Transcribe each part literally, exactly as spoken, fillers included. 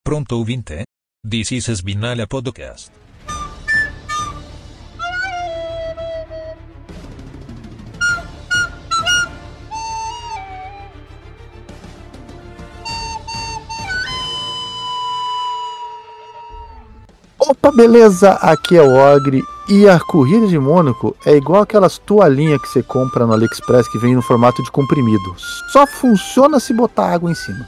Pronto ouvinte? This is Sbinalha Podcast. Opa, beleza? Aqui é o Ogre e a corrida de Mônaco é igual aquelas toalhinhas que você compra no AliExpress que vem no formato de comprimido. Só funciona se botar água em cima.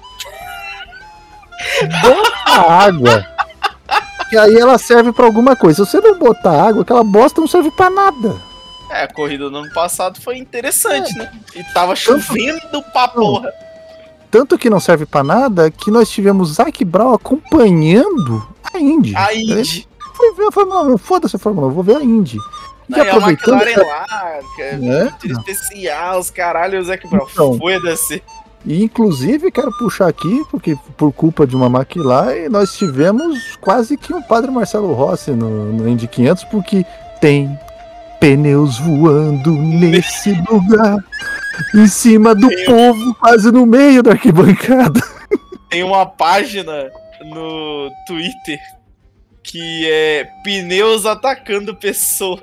Bota água, que aí ela serve pra alguma coisa. Se você não botar água, aquela bosta não serve pra nada. É, a corrida do ano passado foi interessante, é. né? E tava chovendo pra porra. Tanto que não serve pra nada que nós tivemos Zac Brown acompanhando a Indy. A Indy. Foi ver a Fórmula um, foda-se a Fórmula um, vou ver a Indy. E aí, aproveitando a McLaren lá, que é, é muito especial, os caralho, o Zac Brown então, foi descer. E inclusive quero puxar aqui, porque por culpa de uma McLaren, nós tivemos quase que um Padre Marcelo Rossi no, no Indy quinhentos, porque tem pneus voando nesse lugar. Em cima do tem povo, quase no meio da arquibancada. Tem uma página no Twitter que é pneus atacando pessoas.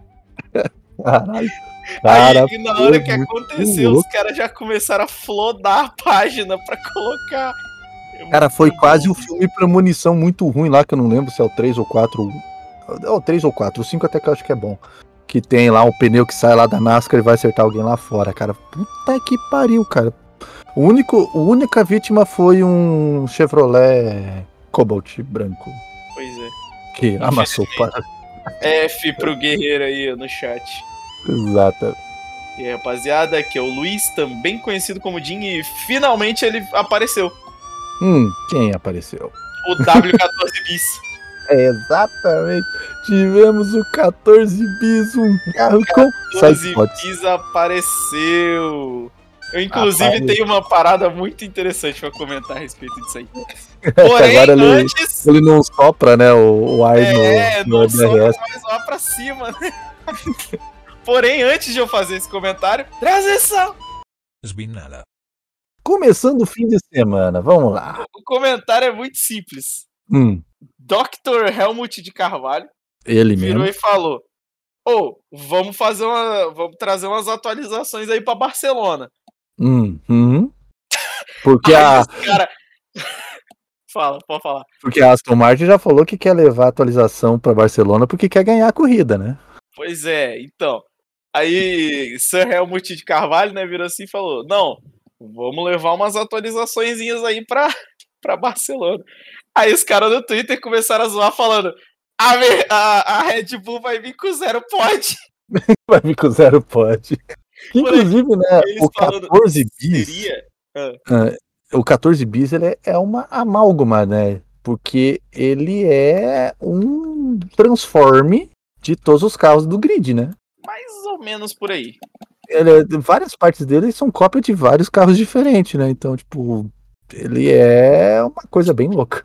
Caralho. Cara, aí na hora que aconteceu, os caras já começaram a flodar a página pra colocar. É cara, foi quase um filme pra munição muito ruim lá, que eu não lembro se é o três ou quatro. É o três ou quatro, o cinco até que eu acho que é bom. Que tem lá um pneu que sai lá da NASCAR e vai acertar alguém lá fora, cara. Puta que pariu, cara. O único, a única vítima foi um Chevrolet Cobalt branco. Pois é. Que amassou para. F pro guerreiro aí no chat. Exato. E aí, rapaziada, aqui é o Luiz, também conhecido como Jim, e finalmente ele apareceu. Hum, quem apareceu? O W quatorze bis. É, exatamente. Tivemos o quatorze bis, um carro com quatorze bis apareceu. Eu, inclusive, apareceu. Tenho uma parada muito interessante pra comentar a respeito disso aí. Porém, agora ele, antes... ele não sopra, né, o, o ar é, no... É, não no sopra mais lá pra cima, né? Porém, antes de eu fazer esse comentário, transição! Sbinalha. Começando o fim de semana, vamos lá. O comentário é muito simples. Hum. doutor Helmut de Carvalho ele virou mesmo e falou: ô, oh, vamos fazer uma. Vamos trazer umas atualizações aí pra Barcelona. Hum, hum. Porque a. Cara... Fala, pode falar. Porque a Aston Martin já falou que quer levar a atualização pra Barcelona porque quer ganhar a corrida, né? Pois é, então. Aí Sir Helmut de Carvalho, né, virou assim e falou: não, vamos levar umas atualizaçõezinhas aí pra, pra Barcelona. Aí os caras no Twitter começaram a zoar falando: a, a, a Red Bull vai vir com zero pod. Vai vir com zero pod. Inclusive, né, o quatorze bis. Seria... Ah. Uh, o quatorze bis ele é, é uma amálgama, né? Porque ele é um transforme de todos os carros do grid, né? Mais ou menos por aí. Ele é, várias partes dele são cópia de vários carros diferentes, né? Então, tipo, ele é uma coisa bem louca.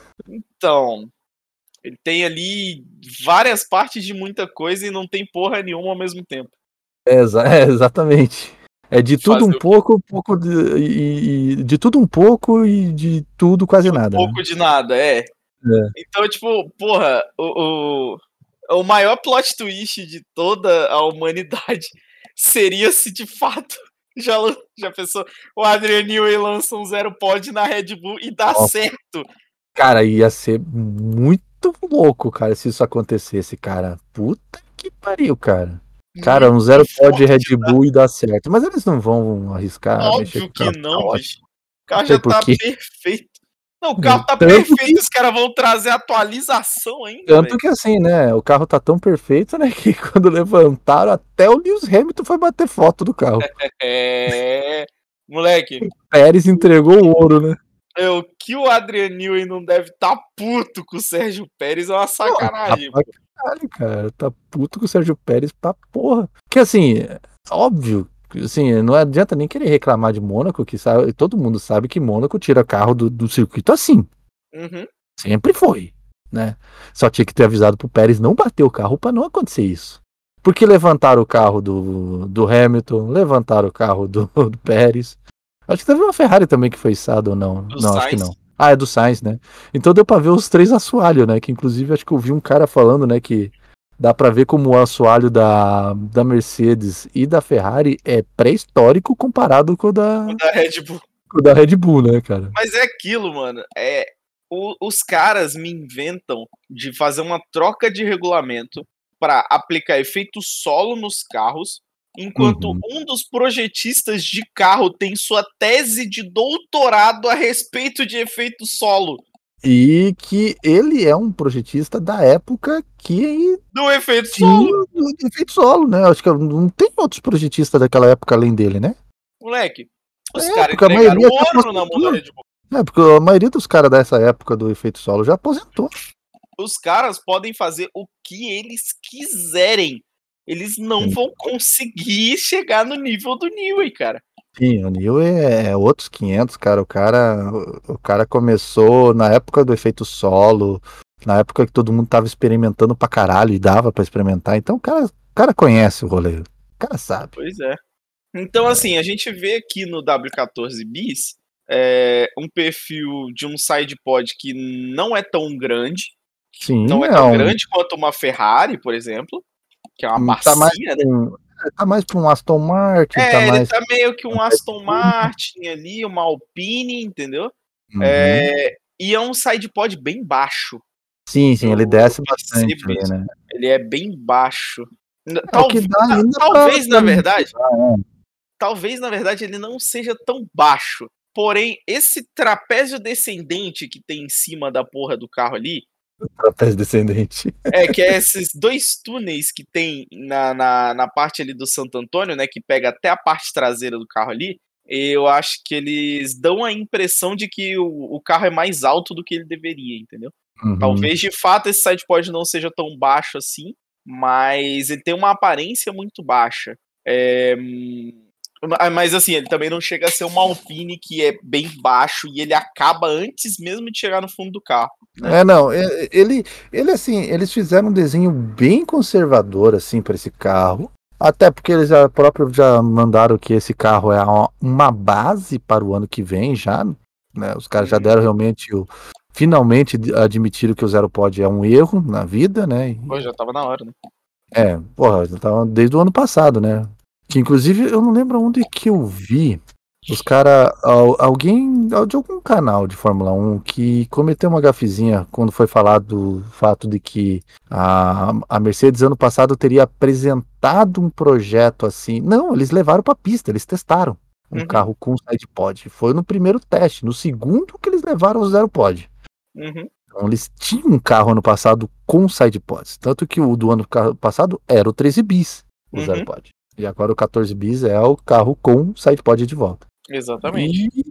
Então, ele tem ali várias partes de muita coisa e não tem porra nenhuma ao mesmo tempo. É, é exatamente. É de tudo Fazer um pouco, um pouco de, e, e, de tudo um pouco e de tudo quase de um nada. Um pouco né? de nada, é. é. Então, tipo, porra, o, o, o maior plot twist de toda a humanidade seria se de fato já, já pensou, o Adrian Newey lança um zero pod na Red Bull e dá Nossa. certo. Cara, ia ser muito louco, cara, se isso acontecesse, cara. Puta que pariu, cara. Cara, um zero pod Red Bull e dá certo. Mas eles não vão arriscar. Óbvio que não, bicho. O carro já tá perfeito. Não, o carro tá Tanto perfeito, que... os caras vão trazer atualização ainda. Tanto véio. que assim, né? O carro tá tão perfeito, né? Que quando levantaram, até o Lewis Hamilton foi bater foto do carro. É. Moleque. O Pérez entregou o ouro, né? É, o que o Adrian Newey não deve tá puto com o Sérgio Pérez é uma sacanagem. Pô, tá pra caralho, cara. Tá puto com o Sérgio Pérez pra porra. Porque assim, óbvio. Assim, não adianta nem querer reclamar de Mônaco, que sabe, todo mundo sabe que Mônaco tira carro do, do circuito assim. Uhum. Sempre foi, né? Só tinha que ter avisado pro Pérez não bater o carro pra não acontecer isso. Porque levantaram o carro do, do Hamilton, levantaram o carro do, do Pérez. Acho que teve uma Ferrari também que foi içada ou não. Do não, Sainz. acho que não. Ah, é do Sainz, né? Então deu pra ver os três assoalhos, né? Que inclusive acho que eu vi um cara falando, né, que dá pra ver como o assoalho da, da Mercedes e da Ferrari é pré-histórico comparado com o da, O da Red Bull. com o da Red Bull, né, cara? Mas é aquilo, mano. É, o- os caras me inventam de fazer uma troca de regulamento pra aplicar efeito solo nos carros, enquanto Uhum. um dos projetistas de carro tem sua tese de doutorado a respeito de efeito solo. E que ele é um projetista da época que Do efeito tinha solo, o efeito solo, né? Acho que não tem outros projetistas daquela época além dele, né? moleque. Os É, caras porque a entregaram maioria o já ano na mão da aposentou. Red Bull. É, porque a maioria dos caras dessa época do efeito solo já aposentou. Os caras podem fazer o que eles quiserem. Eles não Sim. vão conseguir chegar no nível do Newey, cara. Sim, o Neil é outros quinhentos, cara. O cara, o cara começou na época do efeito solo, na época que todo mundo tava experimentando pra caralho e dava pra experimentar. Então o cara, o cara conhece o rolê. O cara sabe. Pois é. Então, assim, a gente vê aqui no W quatorze bis é, um perfil de um sidepod que não é tão grande. Sim, Não é é tão um, grande quanto uma Ferrari, por exemplo, que é uma tá mais bacia, pra né? um, é, tá mais pra um Aston Martin, tá É, ele mais. tá meio que um Aston Martin ali, uma Alpine, entendeu? Uhum. É, e é um sidepod bem baixo. Sim, sim, Eu, ele eu desce bastante percebo ali, isso. né? Ele é bem baixo. É o Tal- que dá ainda pra, talvez, pra na verdade, mensurar, né? talvez, na verdade, ele não seja tão baixo. Porém, esse trapézio descendente que tem em cima da porra do carro ali, Trapézio descendente. é que é esses dois túneis que tem na, na, na parte ali do Santo Antônio, né, que pega até a parte traseira do carro ali, eu acho que eles dão a impressão de que o, o carro é mais alto do que ele deveria, entendeu? Uhum. Talvez, de fato, esse sidepod não seja tão baixo assim, mas ele tem uma aparência muito baixa. É, mas assim, ele também não chega a ser uma Alpine que é bem baixo e ele acaba antes mesmo de chegar no fundo do carro. Né? É, não, é, ele, ele assim, eles fizeram um desenho bem conservador assim para esse carro, até porque eles já próprio já mandaram que esse carro é uma, uma base para o ano que vem já, né? Os caras já Uhum. deram realmente o, finalmente admitiram que o Zero Pod é um erro na vida, né? E, Pô, já tava na hora, né? é, porra, já tava desde o ano passado, né? Que inclusive eu não lembro onde que eu vi. Os caras, alguém de algum canal de Fórmula um que cometeu uma gafezinha quando foi falado do fato de que a, a Mercedes ano passado teria apresentado um projeto assim. Não, eles levaram para pista, eles testaram um Uhum. carro com sidepod. Foi no primeiro teste, no segundo que eles levaram o zero pod. Uhum. Então eles tinham um carro ano passado com sidepods, tanto que o do ano passado era o treze bis, o Uhum. zero pod. E agora o quatorze bis é o carro com sidepod de volta. Exatamente. E,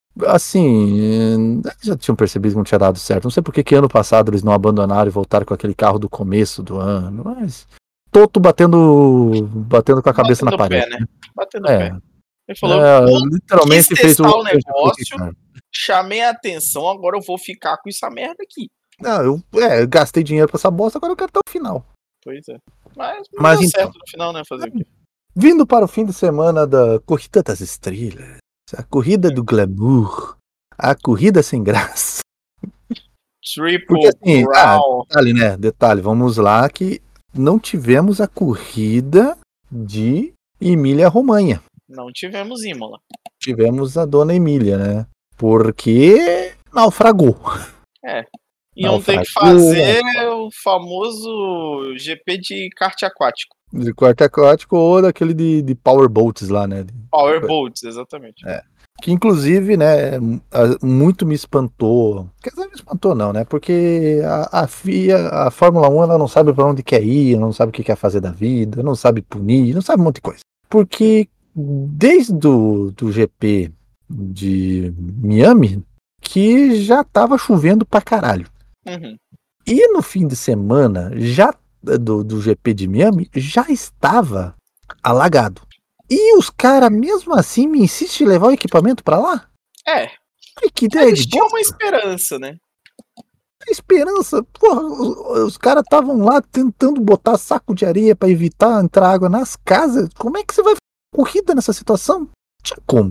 assim, eles já tinham percebido que não tinha dado certo. Não sei por que que ano passado eles não abandonaram e voltaram com aquele carro do começo do ano, mas Toto batendo, batendo com a cabeça Batendo na parede. pé, né? Batendo É, pé. Ele falou, é, "Pô, literalmente quis fez o. testar o fez o negócio, cara. chamei a atenção, agora eu vou ficar com essa merda aqui." Não, eu, é, eu gastei dinheiro pra essa bosta, agora eu quero até o final. Pois é. Mas não Mas deu então, certo no final, né? Fazer o quê? vindo para o fim de semana da Corrida das Estrelas, a corrida do glamour, a corrida sem graça. Triple Porque assim, ah, Crown. detalhe, né? Detalhe, vamos lá que não tivemos a corrida de Emília-Romanha. Não tivemos Imola. Tivemos a dona Emília, né? Porque naufragou. É. Iam ter que Naufragou. fazer o famoso G P de kart aquático. De quarto aquático ou daquele de, de powerboats lá, né? Powerboats, exatamente. É. Que inclusive, né, muito me espantou. Quer dizer, me espantou não, né? Porque a, a F I A, a Fórmula um, ela não sabe para onde quer ir, não sabe o que quer fazer da vida, não sabe punir, não sabe um monte de coisa. Porque desde o do G P de Miami, que já tava chovendo pra caralho. Uhum. E no fim de semana, já do, do G P de Miami, já estava alagado. E os caras, mesmo assim, me insistem em levar o equipamento pra lá? É. Ai, que ideia Eles de tinham bosta. uma esperança, né? A esperança, porra, os, os caras estavam lá tentando botar saco de areia pra evitar entrar água nas casas. Como é que você vai fazer corrida nessa situação? Não tinha como.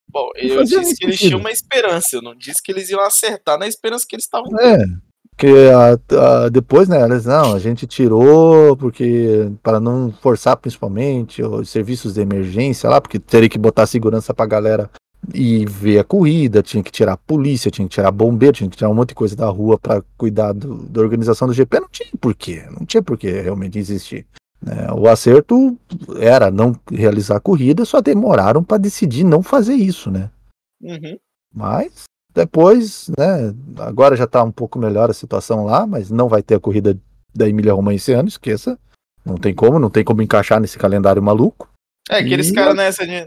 Bom, Não eu fazia disse nem que eles sentido. tinham uma esperança, eu não disse que eles iam acertar na esperança que eles estavam tendo. É, que a- a- depois, né, eles, não, a gente tirou porque para não forçar principalmente os serviços de emergência lá, porque teria que botar segurança pra galera e ver a corrida, tinha que tirar a polícia, tinha que tirar bombeiro, tinha que tirar um monte de coisa da rua pra cuidar do- da organização do G P, não tinha porquê, não tinha porquê realmente existir. Né? O acerto era não realizar a corrida, só demoraram pra decidir não fazer isso, né? Uhum. Mas depois, né? Agora já tá um pouco melhor a situação lá, mas não vai ter a corrida da Emília-Romagna esse ano, esqueça. Não tem como, não tem como encaixar nesse calendário maluco. É, aqueles E- caras nessa de.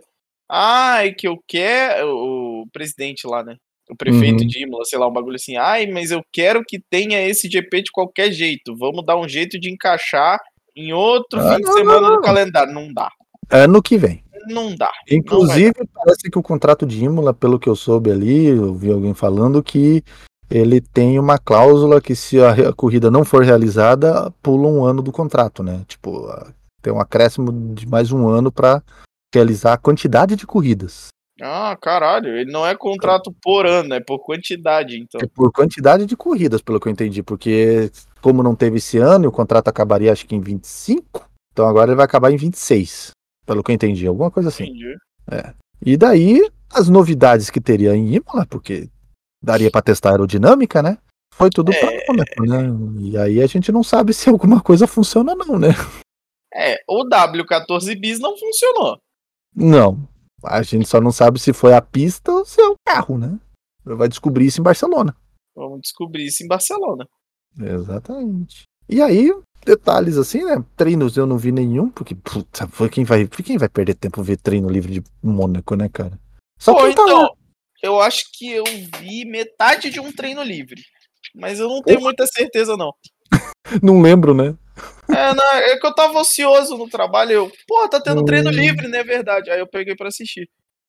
Ai, que eu quero. O presidente lá, né? O prefeito Uhum. de Imola, sei lá, um bagulho assim. Ai, mas eu quero que tenha esse G P de qualquer jeito. Vamos dar um jeito de encaixar em outro Ah, fim de não, não, semana do não. calendário. Não dá. Ano que vem. Não dá. Não vai Inclusive, dar. parece que o contrato de Imola, pelo que eu soube ali, eu vi alguém falando que ele tem uma cláusula que se a, re- a corrida não for realizada, pula um ano do contrato, né? Tipo, a- tem um acréscimo de mais um ano para realizar a quantidade de corridas. Ah, caralho. Ele não é contrato por ano, é por quantidade, então. É por quantidade de corridas, pelo que eu entendi, porque como não teve esse ano e o contrato acabaria acho que em vinte e cinco, então agora ele vai acabar em vinte e seis, pelo que eu entendi, alguma coisa assim. Entendi. E daí, as novidades que teria em Imola, porque daria para testar a aerodinâmica, né? Foi tudo para É, Mônaco, né? E aí a gente não sabe se alguma coisa funciona ou não, né? é, o W quatorze bis não funcionou. Não. A gente só não sabe se foi a pista ou se é o carro, né? Vai descobrir isso em Barcelona. Vamos descobrir isso em Barcelona. Exatamente. E aí, detalhes assim, né? Treinos eu não vi nenhum, porque, puta, quem vai, quem vai perder tempo ver treino livre de Mônaco, né, cara? Só Pô, quem tá lá. então, eu acho que eu vi metade de um treino livre. Mas eu não tenho muita certeza, não. Não lembro, né? É, não, é que eu tava ocioso no trabalho. Eu, pô, tá tendo treino Hum. livre, né? É verdade. Aí eu peguei pra assistir.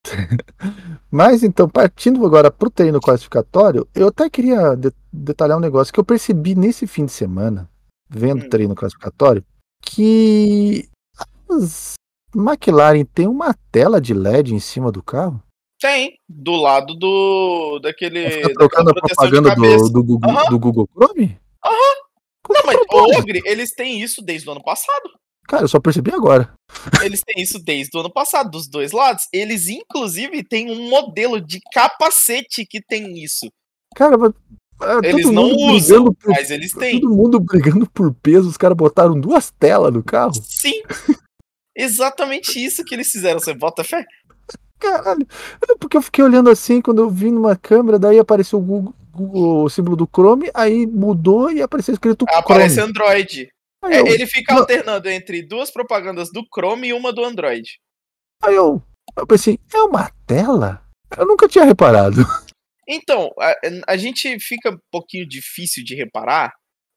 Mas então, partindo agora pro treino classificatório, eu até queria de- detalhar um negócio que eu percebi nesse fim de semana, vendo o Hum. treino classificatório, que as McLaren tem uma tela de L E D em cima do carro. Tem, do lado do. daquele. Fica daquela trocando a proteção de propaganda do, cabeça. do, Google, Aham. do Google Chrome? Aham. Como Não, mas, que ô, pode? Ogre, eles têm isso desde o ano passado. Cara, eu só percebi agora. Eles têm isso desde o ano passado, dos dois lados. Eles, inclusive, têm um modelo de capacete que tem isso. Cara, mas, ah, Eles todo não mundo usam, brigando por, mas eles têm. todo mundo brigando por peso, os caras botaram duas telas no carro. Sim. Exatamente isso que eles fizeram. Você bota fé? Caralho, é porque eu fiquei olhando assim, quando eu vi numa câmera, daí apareceu o, Google, Google- o símbolo do Chrome, aí mudou e apareceu escrito Aparece Chrome. Android. Aí É, eu, ele fica não, alternando entre duas propagandas do Chrome e uma do Android. aí eu, eu pensei, é uma tela? Eu nunca tinha reparado. Então, a, a gente fica um pouquinho difícil de reparar,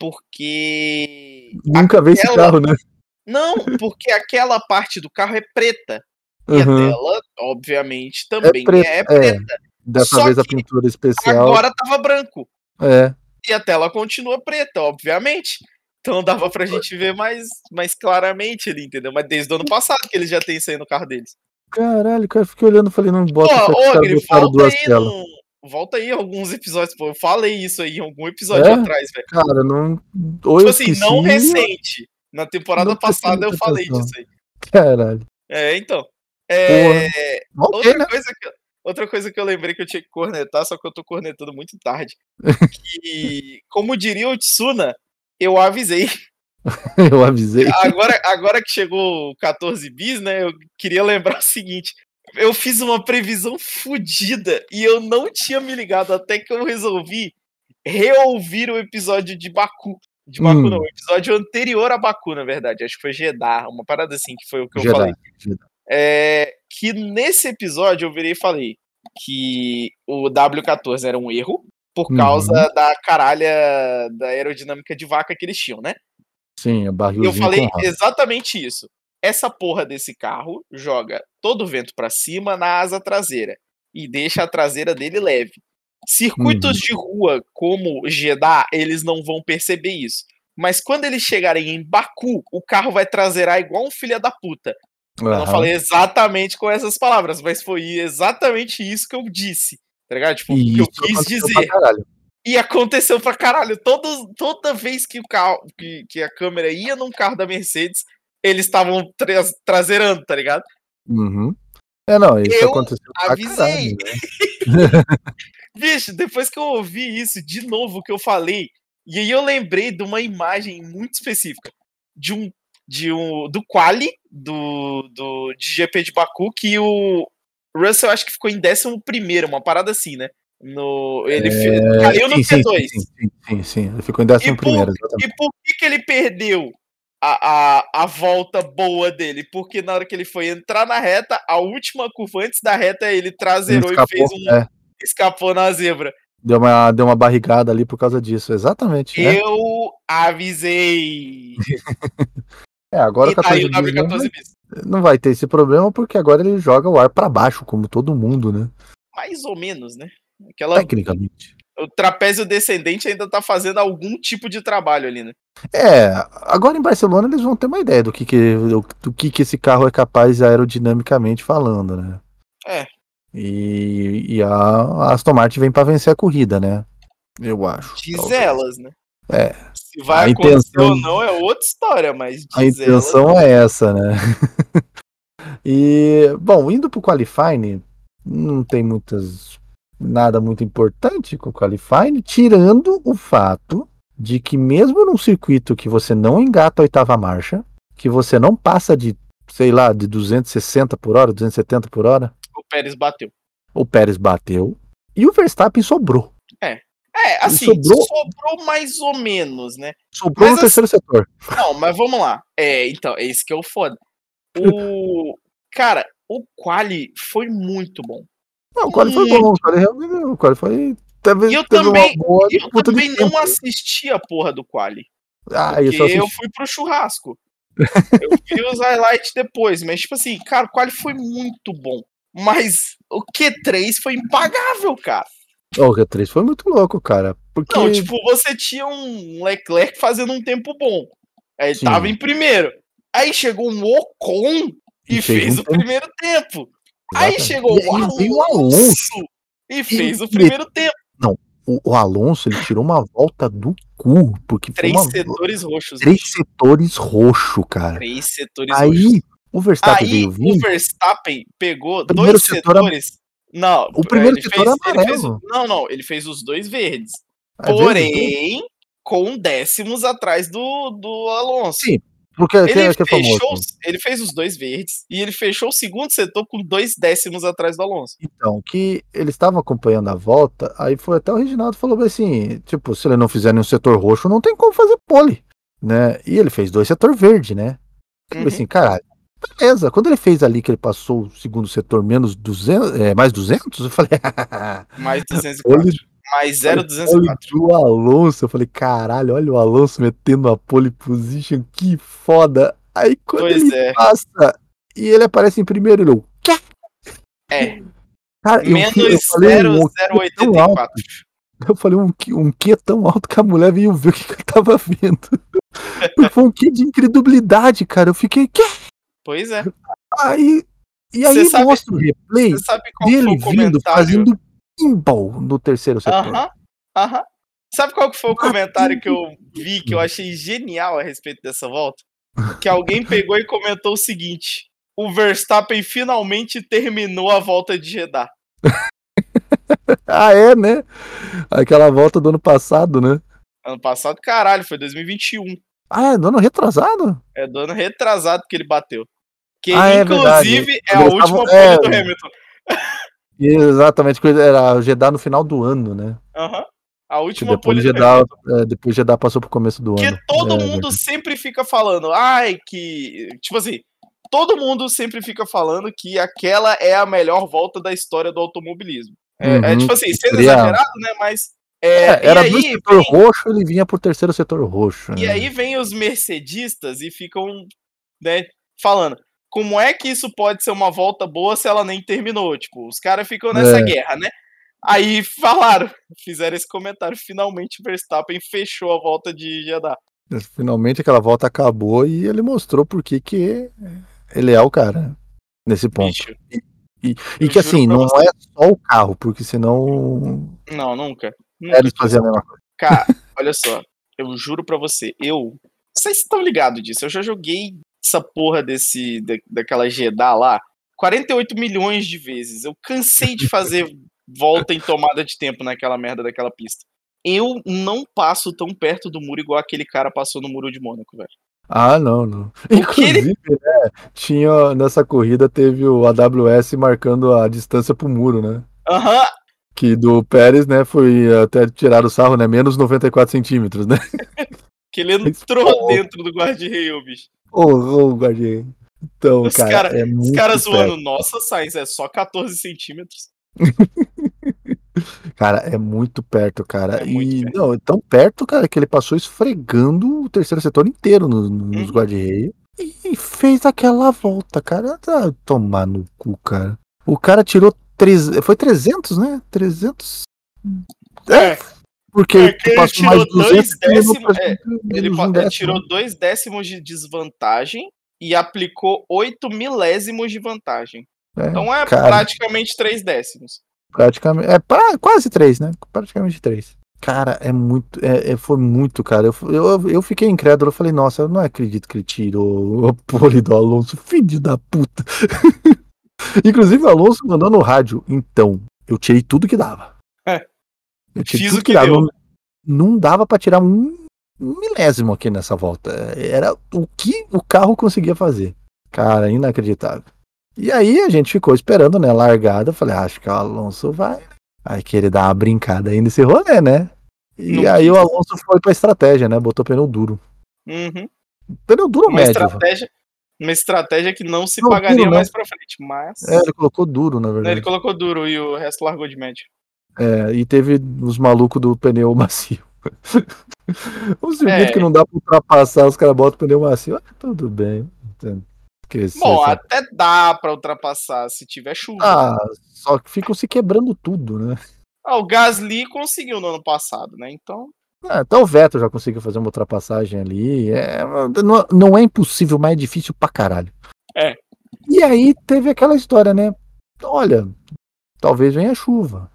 porque. Nunca vi esse aquela- carro, né? Não, porque aquela parte do carro é preta. E a Uhum. tela, obviamente, também preto, é é. preta. Dessa Só vez a que pintura especial. agora tava branco. É. E a tela continua preta, obviamente. Então dava pra gente ver mais, mais claramente ali, entendeu? Mas desde o ano passado que eles já têm isso aí no carro deles. Caralho, cara, eu fiquei olhando e falei, não bota Pô, fé que os caras Ogre, botaram volta duas aí telas. no. Volta aí alguns episódios, pô. Eu falei isso aí em algum episódio É? atrás, velho. Cara, não. Ou Tipo eu assim, esqueci. não recente. Na temporada não prestei passada eu muita falei atenção. disso aí. Caralho. É, então. É, Ok, outra, né? coisa que, eu- outra coisa que eu lembrei que eu tinha que cornetar, só que eu tô cornetando muito tarde. Que, como diria o Tsuna, eu avisei. Eu avisei. Agora, agora que chegou o quatorze bis, né? Eu queria lembrar o seguinte. Eu fiz uma previsão fodida e eu não tinha me ligado até que eu resolvi reouvir o episódio de Baku. De Baku Hum. não, o episódio anterior a Baku, na verdade. Acho que foi Jeddah, uma parada assim que foi o que eu Jeddah, falei. Jeddah. É, que nesse episódio eu virei e falei que o W quatorze era um erro por causa Uhum. da caralha da aerodinâmica de vaca que eles tinham, né? Sim, é Eu barrilzinho falei com roda. exatamente isso. Essa porra desse carro joga todo o vento pra cima na asa traseira e deixa a traseira dele leve. Circuitos Uhum. de rua como Jeddah, eles não vão perceber isso. Mas quando eles chegarem em Baku, o carro vai traseirar igual um filho da puta. Eu não falei exatamente com essas palavras, mas foi exatamente isso que eu disse, tá ligado? Tipo, o que eu quis dizer. E aconteceu pra caralho. Todo, toda vez que, o carro, que, que a câmera ia num carro da Mercedes, eles estavam tra traseirando, tá ligado? Uhum. É, não, isso eu aconteceu avisei. Caralho, né? Bicho, depois que eu ouvi isso de novo que eu falei, e aí eu lembrei de uma imagem muito específica de um de um do quali do, do de G P de Baku, que o Russell acho que ficou em décimo primeiro, uma parada assim, né? No, ele é... caiu no sim, Q dois. Sim, sim, sim, sim, ele ficou em décimo primeiro. E por que, que ele perdeu a, a, a volta boa dele? Porque na hora que ele foi entrar na reta, a última curva antes da reta, ele traseirou ele escapou, e fez um. É. Escapou na zebra. Deu uma, deu uma barrigada ali por causa disso, exatamente. Eu é. avisei. É, agora e o quatorze tá aí o W quatorze bis. Não vai ter esse problema porque agora ele joga o ar pra baixo, como todo mundo, né? Mais ou menos, né? Aquela... Tecnicamente. O trapézio descendente ainda tá fazendo algum tipo de trabalho ali, né? É, agora em Barcelona eles vão ter uma ideia do que, que, do, do que, que esse carro é capaz aerodinamicamente falando, né? É. E, e a Aston Martin vem pra vencer a corrida, né? Eu acho. Diz talvez. Elas, né? É. Se vai a acontecer intenção, ou não é outra história, mas diz a intenção elas, é essa, né? E, bom, indo pro qualifying, não tem muitas nada muito importante com o qualifying, tirando o fato de que mesmo num circuito que você não engata a oitava marcha, que você não passa de, sei lá, de duzentos e sessenta por hora, duzentos e setenta por hora, o Pérez bateu. O Pérez bateu e o Verstappen sobrou. É. É, assim, sobrou... sobrou mais ou menos, né? Sobrou mas no terceiro assim... setor. Não, mas vamos lá. É, então, é isso que é o foda. O... Cara, o quali foi muito bom. Não, o quali foi bom. O quali realmente o quali foi... Teve, e eu teve também, uma boa eu também não tempo. assisti a porra do quali. Ah, porque isso eu fui pro churrasco. Eu vi os highlights depois, mas tipo assim, cara, o quali foi muito bom. Mas o Q três foi impagável, cara. O Q três foi muito louco, cara. Porque... Não, tipo, você tinha um Leclerc fazendo um tempo bom. Aí ele tava em primeiro. Aí chegou um Ocon e, e fez, fez um o tempo. primeiro tempo. Exatamente. Aí chegou e, o Alonso, e o Alonso e fez e, o primeiro e, tempo. Não, o, o Alonso ele tirou uma volta do cu. Porque Três foi uma... setores roxos. Três bicho. setores roxos, cara. Três setores Aí, roxos. O Verstappen Aí veio o Verstappen pegou primeiro dois setor setores. A... Não, o primeiro ele setor fez, amarelo. Ele fez, não, não, ele fez os dois verdes. É Porém, verde? Com décimos atrás do, do Alonso. Sim, porque ele, é que é fechou, ele fez os dois verdes e ele fechou o segundo setor com dois décimos atrás do Alonso. Então, que eles estavam acompanhando a volta, aí foi até o Reginaldo falou assim, tipo, se ele não fizer nenhum setor roxo, não tem como fazer pole, né? E ele fez dois setor verde, né? Eu falei uhum. assim, caralho, beleza. Quando ele fez ali que ele passou o segundo setor menos duzentos, é, mais duzentos, eu falei... mais duzentos e quatro. Pole, mais zero vírgula duzentos e quatro. O Alonso, eu falei, caralho, olha o Alonso metendo a pole position, que foda. Aí quando pois ele é. passa e ele aparece em primeiro, ele... Quê? É. Cara, menos zero vírgula zero oitenta e quatro. Eu falei um, um que tão alto que a mulher veio ver o que, que eu tava vendo. Foi um que de incredulidade, cara. Eu fiquei, quê? Pois é. Aí, e aí sabe, mostra o replay dele vindo fazendo pinball no terceiro setor. Aham, uh-huh, aham. Uh-huh. Sabe qual que foi o comentário que eu vi, que eu achei genial a respeito dessa volta? Que alguém pegou e comentou o seguinte: o Verstappen finalmente terminou a volta de Jeddah. Ah, é, né? Aquela volta do ano passado, né? Ano passado, caralho, foi dois mil e vinte e um. Ah, é do ano retrasado? É do ano retrasado que ele bateu. Que, ah, inclusive, é, é, é a última pole é... do Hamilton. Exatamente, era o Jeddah no final do ano, né? Aham. Uhum. A última depois pole Jeddah, é, depois Jeddah passou pro começo do que ano. Que todo é, mundo é. sempre fica falando, ai, que... Tipo assim, todo mundo sempre fica falando que aquela é a melhor volta da história do automobilismo. É, uhum, é tipo assim, sendo seria... exagerado, né, mas... É, é, era do setor vem... roxo, ele vinha pro terceiro setor roxo. E né? aí vem os mercedistas e ficam, né, falando, como é que isso pode ser uma volta boa se ela nem terminou? Tipo, os caras ficam nessa é. guerra, né? Aí falaram, fizeram esse comentário, finalmente Verstappen fechou a volta de Jeddah. Finalmente aquela volta acabou e ele mostrou por que que Ele é o cara, nesse ponto. Bicho, E, e, e eu que juro assim, pra não você. é só o carro, porque senão Não, nunca. Nunca eles quis. faziam a mesma coisa. Cara, olha só. Eu juro pra você. Eu. Vocês estão ligados disso. Eu já joguei essa porra desse. Da, daquela Jeddah lá quarenta e oito milhões de vezes. Eu cansei de fazer volta em tomada de tempo naquela merda daquela pista. Eu não passo tão perto do muro igual aquele cara passou no muro de Mônaco, velho. Ah, não, não. O que Inclusive, né, tinha, nessa corrida teve o A W S marcando a distância pro muro, né? Aham. Que do Pérez, né, foi até tirar o sarro, né, menos noventa e quatro centímetros, né? Que ele entrou dentro do guarda-reio, bicho. Ô, ô, guardinha. Então, Os cara, caras é os muito cara zoando. perto. Nossa, Sainz, é só quatorze centímetros. Cara, é muito perto, cara. É muito E, perto. não, é tão perto, cara, que ele passou esfregando o terceiro setor inteiro no- no- nos Uhum. guarda-reio e fez aquela volta, cara. Tá, tomar no cu, cara. O cara tirou três, foi trezentos, né? trezentos. É. Porque É ele que ele passou tirou mais de duzentos dois e terminou décimos. É, praticamente ele, menos pa- um ele décimo. tirou dois décimos de desvantagem e aplicou oito milésimos de vantagem. É, Então é cara, praticamente três décimos. praticamente. É pra- quase três, né? Praticamente três. Cara, é muito. É, é- foi muito, cara. Eu, eu, eu fiquei incrédulo. Eu falei, nossa, eu não acredito que ele tirou o pole do Alonso, filho da puta. Inclusive, o Alonso mandou no rádio. Então, eu tirei tudo que dava. É. Eu tirei Fiz tudo o que dava. deu. Não, não dava pra tirar um, um milésimo aqui nessa volta. Era o que o carro conseguia fazer. Cara, inacreditável. E aí a gente ficou esperando, né? Largada. Eu falei, ah, acho que o Alonso vai. Vai querer dar uma brincada aí nesse rolê, né? E Não aí quis. o Alonso foi pra estratégia, né? Botou pneu duro. Uhum. Pneu duro ou Uma médio? estratégia, uma estratégia que não se Não, pagaria duro não. mais pra frente, mas É, ele colocou duro, na né, ele verdade. colocou duro e o resto largou de médio. É, e teve os malucos do pneu macio. Um circuito É. que não dá pra ultrapassar, os caras botam o pneu macio. Ah, tudo bem. Esqueci Bom, essa- até dá pra ultrapassar se tiver chuva. Ah, só que ficam se quebrando tudo, né? Ah, o Gasly conseguiu no ano passado, né? Então, Ah, até o Vettel já conseguiu fazer uma ultrapassagem ali. É, não, não é impossível, mas é difícil pra caralho. É. E aí teve aquela história, né? Olha, talvez venha chuva.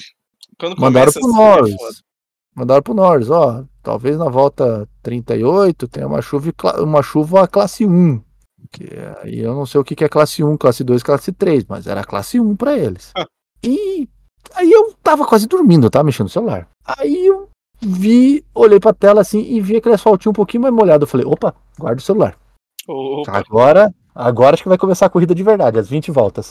quando Mandaram começa pro assim, é foda. Norris. Mandaram pro Norris, ó. Talvez na volta trinta e oito tenha uma chuva, e cla- uma chuva classe um. Que aí eu não sei o que que é classe um, classe dois, classe três, mas era classe um pra eles. E aí eu tava quase dormindo, eu tava mexendo no celular. Aí eu vi, olhei pra tela assim e vi aquele asfaltinho um pouquinho mais molhado. Eu falei, opa, guarda o celular. Opa. Agora, agora acho que vai começar a corrida de verdade, as vinte voltas.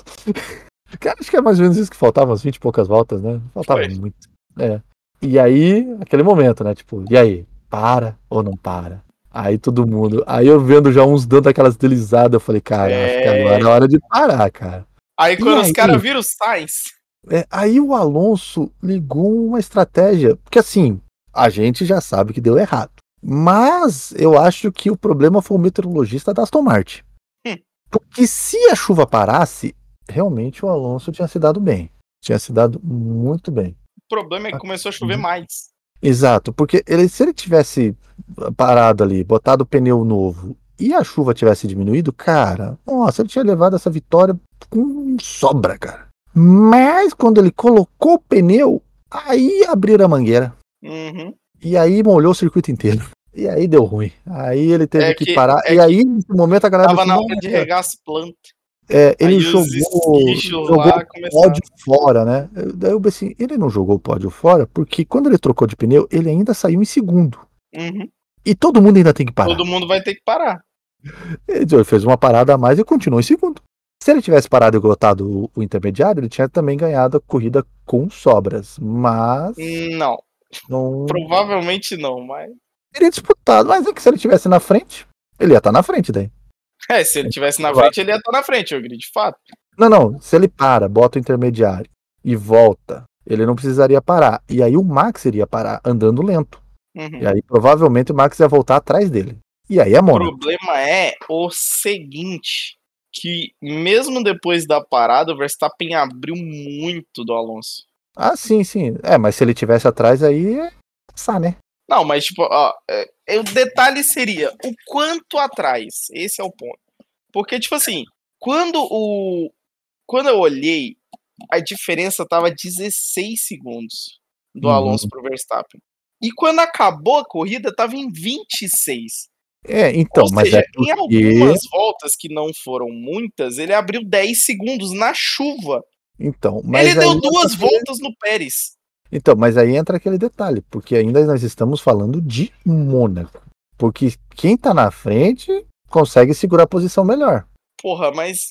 Cara, acho que é mais ou menos isso que faltava, as vinte e poucas voltas, né? Faltava Foi. muito. É. E aí, aquele momento, né? Tipo, e aí? Para ou não para? Aí todo mundo. Aí eu vendo já uns dando aquelas deslizadas, eu falei, cara, É. acho que agora é hora de parar, cara. Aí quando E os aí? caras viram o Sainz, É, aí o Alonso ligou uma estratégia, porque assim, a gente já sabe que deu errado. Mas eu acho que o problema foi o meteorologista da Aston Martin. Hum. Porque se a chuva parasse, realmente o Alonso tinha se dado bem. Tinha se dado muito bem. o problema é que começou a chover Uhum. mais. Exato, porque ele, se ele tivesse parado ali, botado o pneu novo e a chuva tivesse diminuído, cara, nossa, ele tinha levado essa vitória com sobra, cara. Mas quando ele colocou o pneu, aí abriram a mangueira. Uhum. E aí molhou o circuito inteiro. E aí deu ruim. Aí ele teve É que, que- parar. é e que aí, nesse momento, a galera Tava assim, na "Não, hora de regar as plantas. é, ele Aí jogou, os esquichos jogou lá o começaram. pódio fora, né? Eu- Daí eu pensei, ele não jogou o pódio fora, porque quando ele trocou de pneu, ele ainda saiu em segundo. Uhum. E todo mundo ainda tem que parar. Todo mundo vai ter que parar. Ele fez uma parada a mais e continuou em segundo. Se ele tivesse parado e botado o, o intermediário, ele tinha também ganhado a corrida com sobras. Mas Não, não provavelmente não, mas. teria disputado. Mas é que se ele tivesse na frente, ele ia estar na frente daí. É, se ele tivesse na Claro. frente, ele ia estar na frente, eu de fato. Não, não. Se ele para, bota o intermediário e volta, ele não precisaria parar. E aí o Max iria parar andando lento. Uhum. E aí provavelmente o Max ia voltar atrás dele. E aí é O Mônaco. problema é o seguinte, que mesmo depois da parada, o Verstappen abriu muito do Alonso. Ah, sim, sim. É, mas se ele tivesse atrás aí, é passar, né? Não, mas tipo, ó, é, é, o detalhe seria o quanto atrás. Esse é o ponto. Porque, tipo assim, quando o. Quando eu olhei, a diferença tava dezesseis segundos do Uhum. Alonso pro Verstappen. E quando acabou a corrida, tava em vinte e seis. É, então, Ou mas seja, é em porque... algumas voltas que não foram muitas, ele abriu dez segundos na chuva. Então, Ele mas aí deu duas entra aquele- voltas no Pérez. Então, mas aí entra aquele detalhe, porque ainda nós estamos falando de Mônaco. Porque quem tá na frente consegue segurar a posição melhor. Porra, mas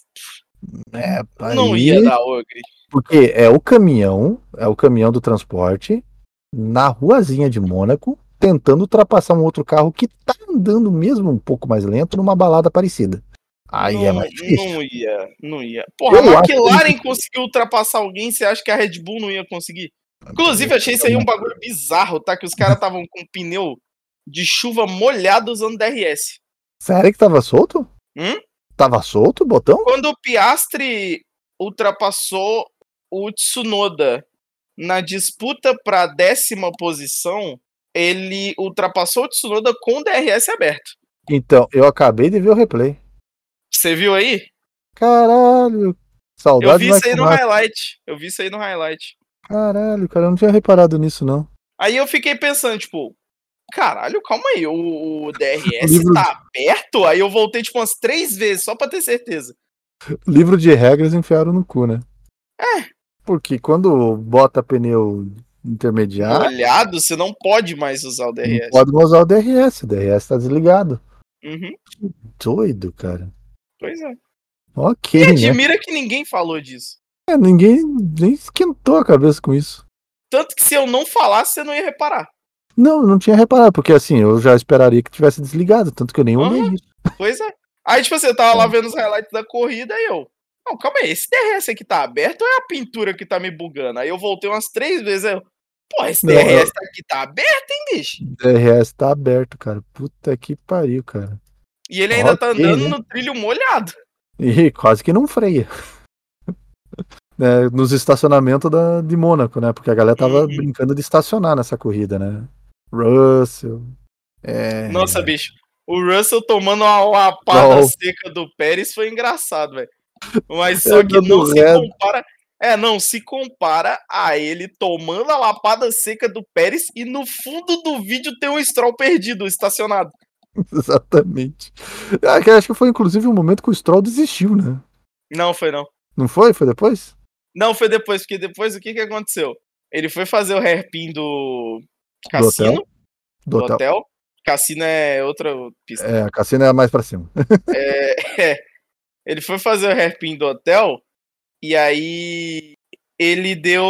É, não aí, ia dar, Ogre. porque é o caminhão, é o caminhão do transporte na ruazinha de Mônaco, tentando ultrapassar um outro carro que tá andando mesmo um pouco mais lento numa balada parecida. Aí não, é mais difícil. não ia, não ia. Porra, Eu a acho que McLaren ele- conseguiu ultrapassar alguém, você acha que a Red Bull não ia conseguir? Inclusive, achei isso aí um bagulho bizarro, tá? Que os caras estavam com pneu de chuva molhado usando D R S. Sério que tava solto? Hum? Tava solto o botão? Quando o Piastri ultrapassou o Tsunoda na disputa para décima posição, ele ultrapassou o Tsunoda com o D R S aberto. Então, eu acabei de ver o replay. Você viu aí? Caralho. Eu Saudade vi do isso aí no Michael Masi. highlight. Eu vi isso aí no highlight. Caralho, cara, eu não tinha reparado nisso, não. Aí eu fiquei pensando, tipo, caralho, calma aí, o, o D R S Livro- tá aberto? Aí eu voltei, tipo, umas três vezes, só pra ter certeza. Livro de regras enfiaram no cu, né? É. Porque quando bota pneu intermediário, Molhado, você não pode mais usar o D R não S. pode mais usar o D R S. O D R S tá desligado. Uhum, Doido, cara. pois é. Ok, E né? admira que ninguém falou disso. É, ninguém nem esquentou a cabeça com isso. Tanto que se eu não falasse, você não ia reparar. Não, não tinha reparado, porque assim, eu já esperaria que tivesse desligado, tanto que eu nem olhei Aham. isso. Pois é. Aí, tipo assim, eu tava lá vendo os highlights da corrida e eu. Não, calma aí, esse D R S aqui tá aberto ou é a pintura que tá me bugando? Aí eu voltei umas três vezes. Aí eu, pô, esse Não, D R S aqui tá aberto, hein, bicho? O D R S tá aberto, cara. Puta que pariu, cara. E ele ainda tá Ok, andando né? no trilho molhado. E quase que não freia. Né, nos estacionamentos da, de Mônaco, né? Porque a galera tava Uhum. brincando de estacionar nessa corrida, né? Russell. É... Nossa, bicho. O Russell tomando uma lapada Não. seca do Pérez foi engraçado, velho. Mas só Eu que dando não se reto. compara. É, não se compara a ele tomando a lapada seca do Pérez e no fundo do vídeo tem um Stroll perdido, estacionado. Exatamente. Ah, que acho que foi inclusive o momento que o Stroll desistiu, né? Não, foi não. Não foi? Foi depois? Não, foi depois, porque depois o que que aconteceu? Ele foi fazer o hairpin do Do cassino, hotel? do Do hotel. hotel. Cassino é outra pista. É, a Cassina é mais pra cima. É, é. Ele foi fazer o hairpin do hotel e aí ele deu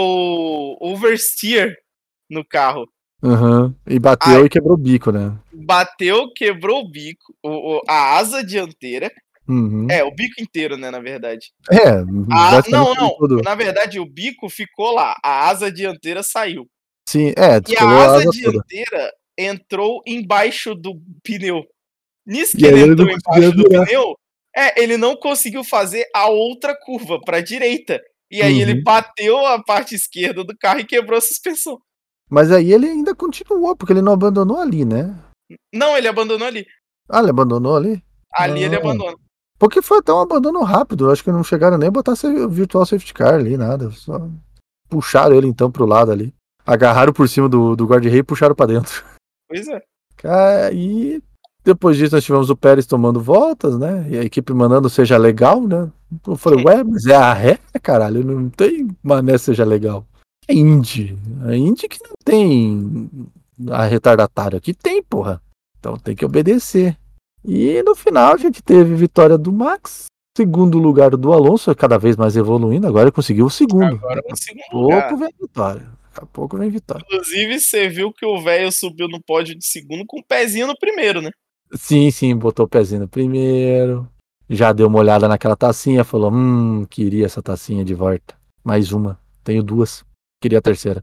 oversteer no carro. Uhum. E bateu Ai. e quebrou o bico, né? Bateu, quebrou o bico, o, o- a asa dianteira. Uhum. É, o bico inteiro, né, na verdade. É, A- basicamente não, não. tudo. Na verdade, o bico ficou lá. A asa dianteira saiu. Sim, é, E descolou a a asa asa toda. dianteira entrou embaixo do pneu. Nisso E que aí ele ele entrou não conseguia embaixo do virar. pneu, é, ele não conseguiu fazer a outra curva pra direita. E aí ele Uhum. bateu a parte esquerda do carro e quebrou a suspensão. Mas aí ele ainda continuou, porque ele não abandonou ali, né? Não, ele abandonou ali. Ah, ele abandonou ali? Ali ele Ah. abandona. Porque foi até um abandono rápido. Acho que não chegaram nem a botar o virtual safety car ali, nada. Só puxaram ele então pro lado ali. Agarraram por cima do, do guarda-rei e puxaram pra dentro. Pois é. Cara, e depois disso nós tivemos o Pérez tomando voltas, né? E a equipe mandando seja legal, né? Eu falei, ué, mas é a ré, caralho, não tem mané seja legal. É Indy. A Indy que não tem a retardatária. Aqui tem, porra. Então tem que obedecer. E no final a gente teve vitória do Max, segundo lugar do Alonso, cada vez mais evoluindo. Agora ele conseguiu o segundo. Agora Daqui no a segundo pouco lugar. vem vitória. Daqui a pouco vem vitória. Inclusive, você viu que o velho subiu no pódio de segundo com o pezinho no primeiro, né? Sim, sim, botou o pezinho no primeiro. Já deu uma olhada naquela tacinha, falou: Hum, queria essa tacinha de volta. Mais uma. Tenho duas. Queria a terceira.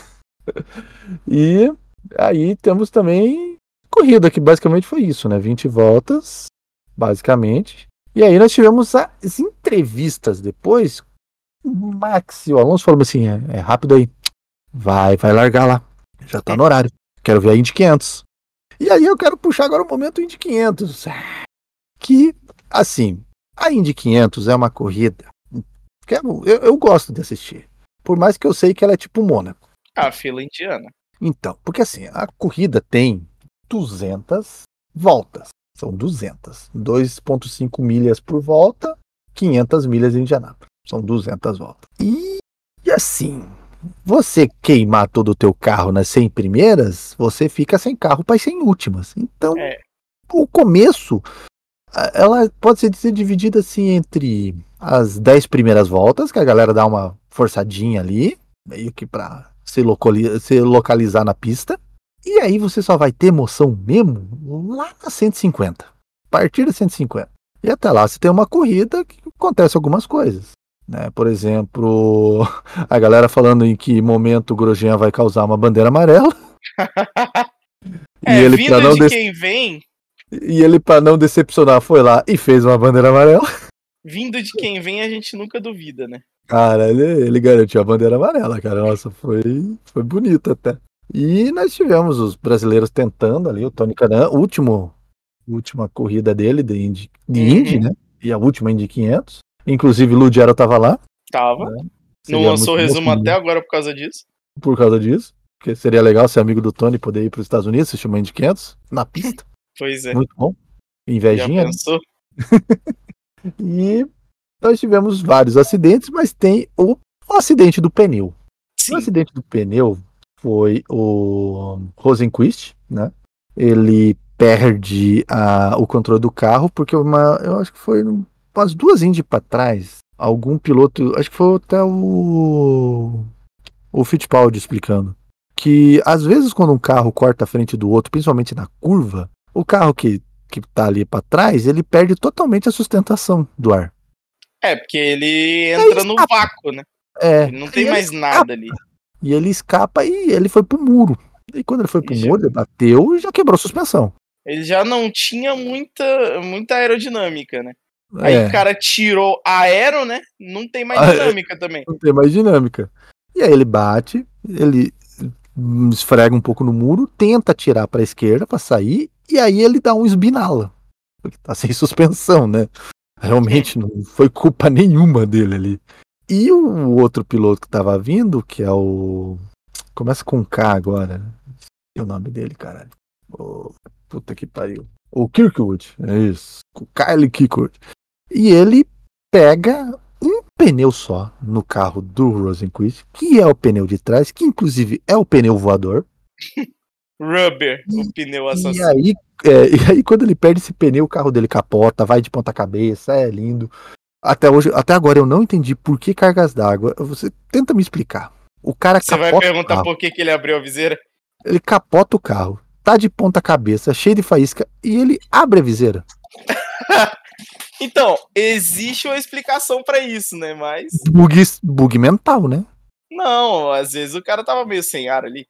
E aí temos também corrida, que basicamente foi isso, né? vinte voltas, basicamente. E aí nós tivemos as entrevistas depois. O Max e o Alonso falaram assim: é, é rápido aí. Vai, vai largar lá. Já tá no horário. Quero ver a Indy quinhentos. E aí eu quero puxar agora o momento Indy quinhentos. Que, assim, A Indy quinhentos é uma corrida que eu, eu, eu gosto de assistir. Por mais que eu sei que ela é tipo Mônaco. A fila indiana. Então, porque assim, a corrida tem duzentas voltas. São duzentas. dois vírgula cinco milhas por volta, quinhentas milhas em Indianápolis. São duzentas voltas. E, e assim, você queimar todo o teu carro nas cem primeiras, você fica sem carro para as cem últimas. Então, É. o começo, ela pode ser dividida assim entre as dez primeiras voltas, que a galera dá uma forçadinha ali, meio que para se, locali- se localizar na pista. E aí você só vai ter emoção mesmo lá na cento e cinquenta. A partir da cento e cinquenta. E até lá você tem uma corrida que acontece algumas coisas. Né? Por exemplo, a galera falando em que momento o Grosjean vai causar uma bandeira amarela. É, e ele vindo pra não de dec- quem vem, E ele, pra não decepcionar, foi lá e fez uma bandeira amarela. vindo de quem vem, a gente nunca duvida, né? Cara, ele, ele garantiu a bandeira amarela, cara. Nossa, foi, foi bonito até. E nós tivemos os brasileiros tentando ali, o Tony Kanaan, último, última corrida dele de Indy, de Uhum. Indy, né? E a última Indy quinhentos. Inclusive, Lugero tava lá. Tava. Né? Não Seria lançou muito resumo bom até agora por causa disso. por causa disso. Porque seria legal ser amigo do Tony e poder ir para os Estados Unidos, assistir uma Indy quinhentos na pista. Pois é. Muito bom. Já Invejinha. Né? pensou? E nós tivemos vários acidentes, mas tem o, o acidente do pneu. Sim. O acidente do pneu foi o Rosenquist, né? Ele perde a, o controle do carro porque uma, eu acho que foi umas duas Indy para trás, algum piloto, acho que foi até o o Fittipaldi explicando que às vezes quando um carro corta a frente do outro, principalmente na curva, o carro que que tá ali para trás, ele perde totalmente a sustentação do ar. É, porque ele entra no vácuo, né? É, Ele não tem ele mais escapa. nada ali. E ele escapa e ele foi pro muro. E quando ele foi pro E já- muro, ele bateu e já quebrou a suspensão. Ele já não tinha muita, muita aerodinâmica, né? Aí É, o cara tirou a aero, né? Não tem mais Ah, é. dinâmica também. não tem mais dinâmica. E aí ele bate, ele hum, esfrega um pouco no muro, tenta tirar pra esquerda pra sair, e aí ele dá um esbinala. Porque tá sem suspensão, né? Realmente não foi culpa nenhuma dele ali. E o outro piloto que tava vindo, que é o. Começa com K agora. E o nome dele, caralho. O... Puta que pariu. O Kirkwood, é isso. O Kyle Kirkwood. E ele pega um pneu só no carro do Rosenquist, que é o pneu de trás, que inclusive é o pneu voador. Rubber, o pneu E assassino. aí, é, e aí, quando ele perde esse pneu, o carro dele capota, vai de ponta cabeça, é lindo. Até hoje, até agora eu não entendi por que cargas d'água. Você tenta me explicar. O cara Você vai capota o perguntar carro. por que, que ele abriu a viseira? Ele capota o carro, tá de ponta cabeça, cheio de faísca, e ele abre a viseira. Então, existe uma explicação pra isso, né? Mas Bug, bug mental, né? não, às vezes o cara tava meio sem ar ali.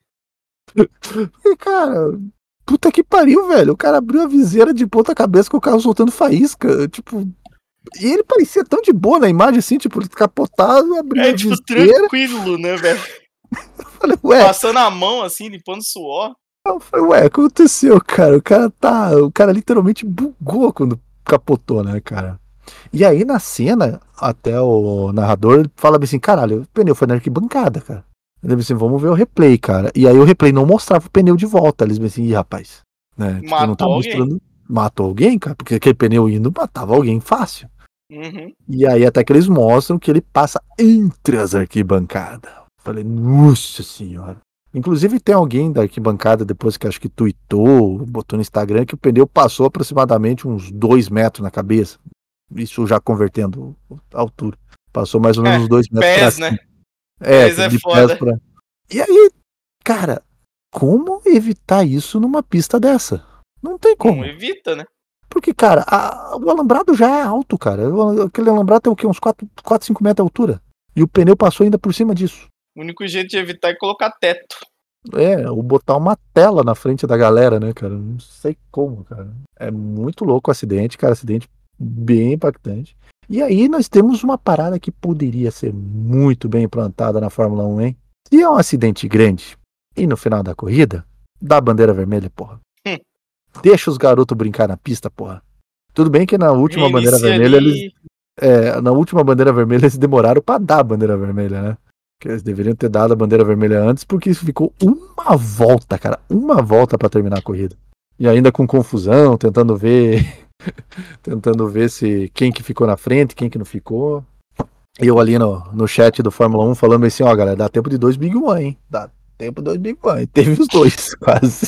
E, cara, puta que pariu, velho. O cara abriu a viseira de ponta cabeça com o carro soltando faísca. Tipo. E ele parecia tão de boa na imagem, assim, tipo, ele capotado, abriu É a tipo viseira. tranquilo, né, velho? Eu falei, ué, Passando a mão assim, limpando suor. eu falei, ué, o que aconteceu, cara? O cara tá. O cara literalmente bugou quando capotou, né, cara? E aí na cena, até o narrador fala assim, caralho, o pneu foi na arquibancada, cara. Ele disse assim, vamos ver o replay, cara. E aí o replay não mostrava o pneu de volta. Eles disseram assim, ih, rapaz, né? Tipo, Matou não tá alguém. mostrando. Matou alguém, cara, porque aquele pneu indo matava alguém fácil. Uhum. E aí até que eles mostram que ele passa entre as arquibancadas. Falei, nossa senhora. Inclusive tem alguém da arquibancada depois que acho que tweetou, botou no Instagram que o pneu passou aproximadamente uns dois metros na cabeça. Isso já convertendo a altura. Passou mais ou menos É, uns dois metros pra Pés, cima. né? É, Pés é de foda. pés pra... E aí, cara, como evitar isso numa pista dessa? Não tem como. Não evita, né? Porque, cara, a- o alambrado já é alto, cara. O- Aquele alambrado tem o quê? Uns quatro, cinco metros de altura. E o pneu passou ainda por cima disso. O único jeito de evitar é colocar teto. É, ou botar uma tela na frente da galera, né, cara? Não sei como, cara. É muito louco o acidente, cara. Acidente bem impactante. E aí nós temos uma parada que poderia ser muito bem implantada na Fórmula um, hein? Se é um acidente grande e no final da corrida, dá a bandeira vermelha, porra. Hum. Deixa os garotos brincar na pista, porra. Tudo bem que na última bandeira Reinicia vermelha ali. eles. É, na última bandeira vermelha eles demoraram pra dar a bandeira vermelha, né? Que eles deveriam ter dado a bandeira vermelha antes, porque isso ficou uma volta, cara. Uma volta pra terminar a corrida. E ainda com confusão, tentando ver. tentando ver se quem que ficou na frente, quem que não ficou. E eu ali no, no chat do Fórmula um falando assim, ó, galera, dá tempo de dois Big One, hein? Dá tempo de dois Big One. E teve os dois, quase.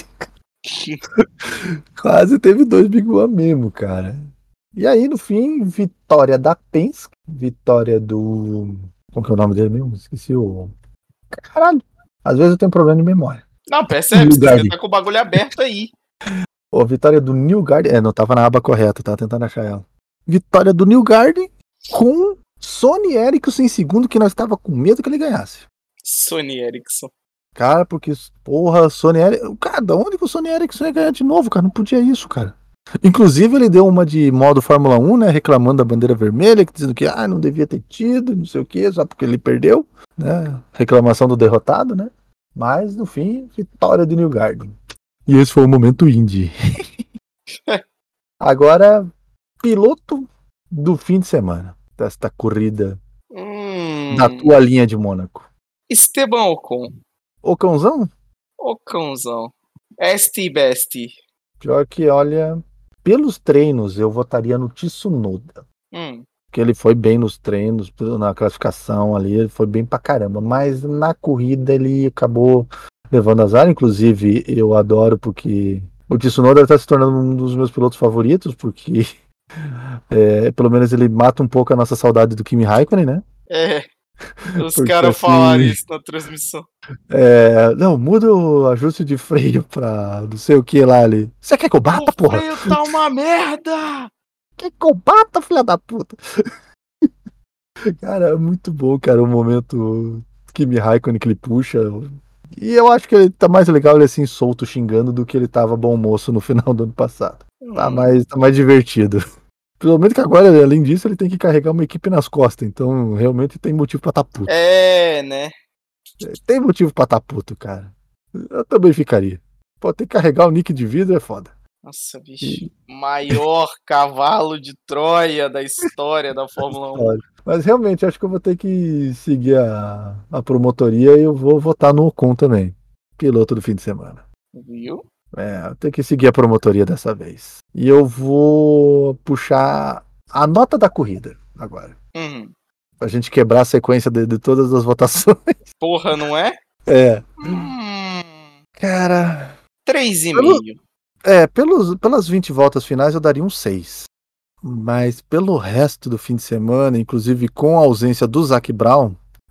Quase teve dois Big One mesmo, cara. E aí, no fim, vitória da Penske, vitória do... Como que é o nome dele mesmo? Esqueci o... Caralho, às vezes eu tenho problema de memória. Não, percebe, você tá com o bagulho aberto aí. Pô, vitória do New Garden... É, não tava na aba correta, tava tentando achar ela. Vitória do New Garden com Sony Ericsson em segundo, que nós tava com medo que ele ganhasse. Sony Ericsson. Cara, porque, porra, Sony Ericsson... Cara, da onde que o Sony Ericsson ia ganhar de novo, cara? Não podia isso, cara. Inclusive, ele deu uma de modo Fórmula um, né? Reclamando da bandeira vermelha, dizendo que ah, não devia ter tido, não sei o que, só porque ele perdeu, né? Reclamação do derrotado, né? Mas, no fim, vitória do New Garden. E esse foi o momento indie. Agora, piloto do fim de semana desta corrida hum... da tua linha de Mônaco. Esteban Ocon. Ocãozão? Ocãozão. Esti Besti. Pior que, olha, pelos treinos eu votaria no Tsunoda. Hum. Porque ele foi bem nos treinos, na classificação ali, ele foi bem pra caramba. Mas na corrida ele acabou levando azar. Inclusive, eu adoro porque o Tsunoda está se tornando um dos meus pilotos favoritos, porque é, pelo menos ele mata um pouco a nossa saudade do Kimi Raikkonen, né? É. Os Porque, caras assim, falaram isso na transmissão. É, não, muda o ajuste de freio pra não sei o que lá ali. Você quer que eu bata, O porra? freio tá uma merda! Quer que eu bata, filha da puta? Cara, é muito bom, cara, o momento Kimi Raikkonen que ele puxa. E eu acho que ele tá mais legal ele assim, solto, xingando, do que ele tava bom moço no final do ano passado. Tá Hum. mais, tá mais divertido. Pelo menos que agora, além disso, ele tem que carregar uma equipe nas costas. Então, realmente tem motivo pra tá puto. É, né? Tem motivo pra tá puto, cara. Eu também ficaria. Pô, ter que carregar o nick de vidro é foda. Nossa, bicho. E- Maior cavalo de Troia da história da Fórmula um. Mas realmente, acho que eu vou ter que seguir a, a promotoria e eu vou votar no Ocon também. Piloto do fim de semana. Viu? É, eu tenho que seguir a promotoria dessa vez. E eu vou puxar a nota da corrida agora. Uhum. Pra gente quebrar a sequência de, de todas as votações. Porra, não é? É. Hum, Cara. três e Pelo- meio. É, pelos, pelas vinte voltas finais eu daria um seis. Mas pelo resto do fim de semana, inclusive com a ausência do Zac Brown,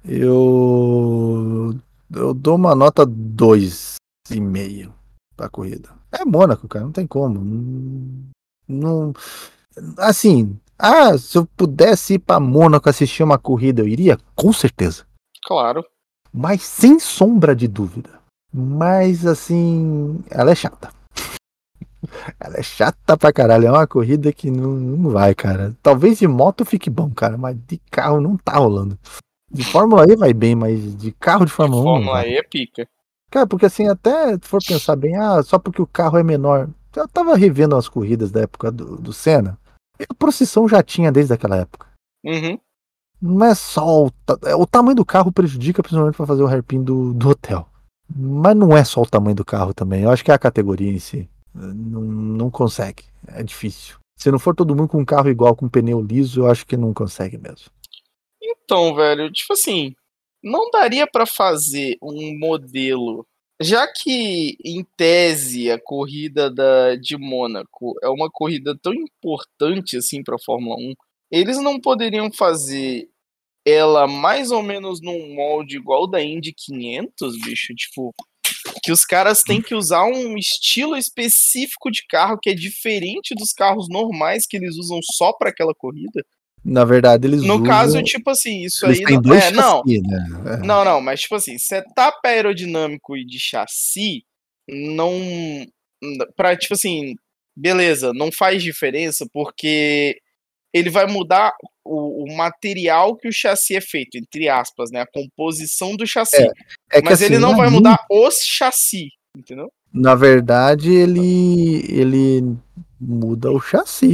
eu, eu dou uma nota dois e meio pra corrida. É Mônaco, cara, não tem como. Não, não- assim, ah, se eu pudesse ir pra Mônaco assistir uma corrida, eu iria? Com certeza. Claro. Mas sem sombra de dúvida. Mas assim, ela é chata. Ela é chata pra caralho. É uma corrida que não, não vai, cara. Talvez de moto fique bom, cara, mas de carro não tá rolando. De Fórmula E vai bem, mas de carro de Fórmula um não Fórmula vai. E é pica. Cara, porque assim, até se for pensar bem, ah, só porque o carro é menor. Eu tava revendo as corridas da época do, do Senna. E a procissão já tinha desde aquela época. Uhum. Não é só o, ta- é, o tamanho do carro prejudica principalmente pra fazer o hairpin do, do hotel. Mas não é só o tamanho do carro também. Eu acho que é a categoria em si. Não, não consegue. É difícil. Se não for todo mundo com um carro igual, com pneu liso, eu acho que não consegue mesmo. Então, velho, tipo assim, não daria pra fazer um modelo, já que em tese a corrida da, de Mônaco é uma corrida tão importante assim pra Fórmula um, eles não poderiam fazer ela mais ou menos num molde igual da Indy quinhentos, bicho, tipo, que os caras têm que usar um estilo específico de carro que é diferente dos carros normais que eles usam só pra aquela corrida. Na verdade, eles No usam... caso, tipo assim, isso eles aí têm não dois é, não. chassi, né? É. Não, não, mas tipo assim, setup aerodinâmico e de chassi não pra, tipo assim, beleza, não faz diferença porque ele vai mudar o, o material que o chassi é feito, entre aspas, né, a composição do chassi. É, é que Mas assim, ele não na vai Indy, mudar os chassi, entendeu? na verdade, ele, ele muda o chassi.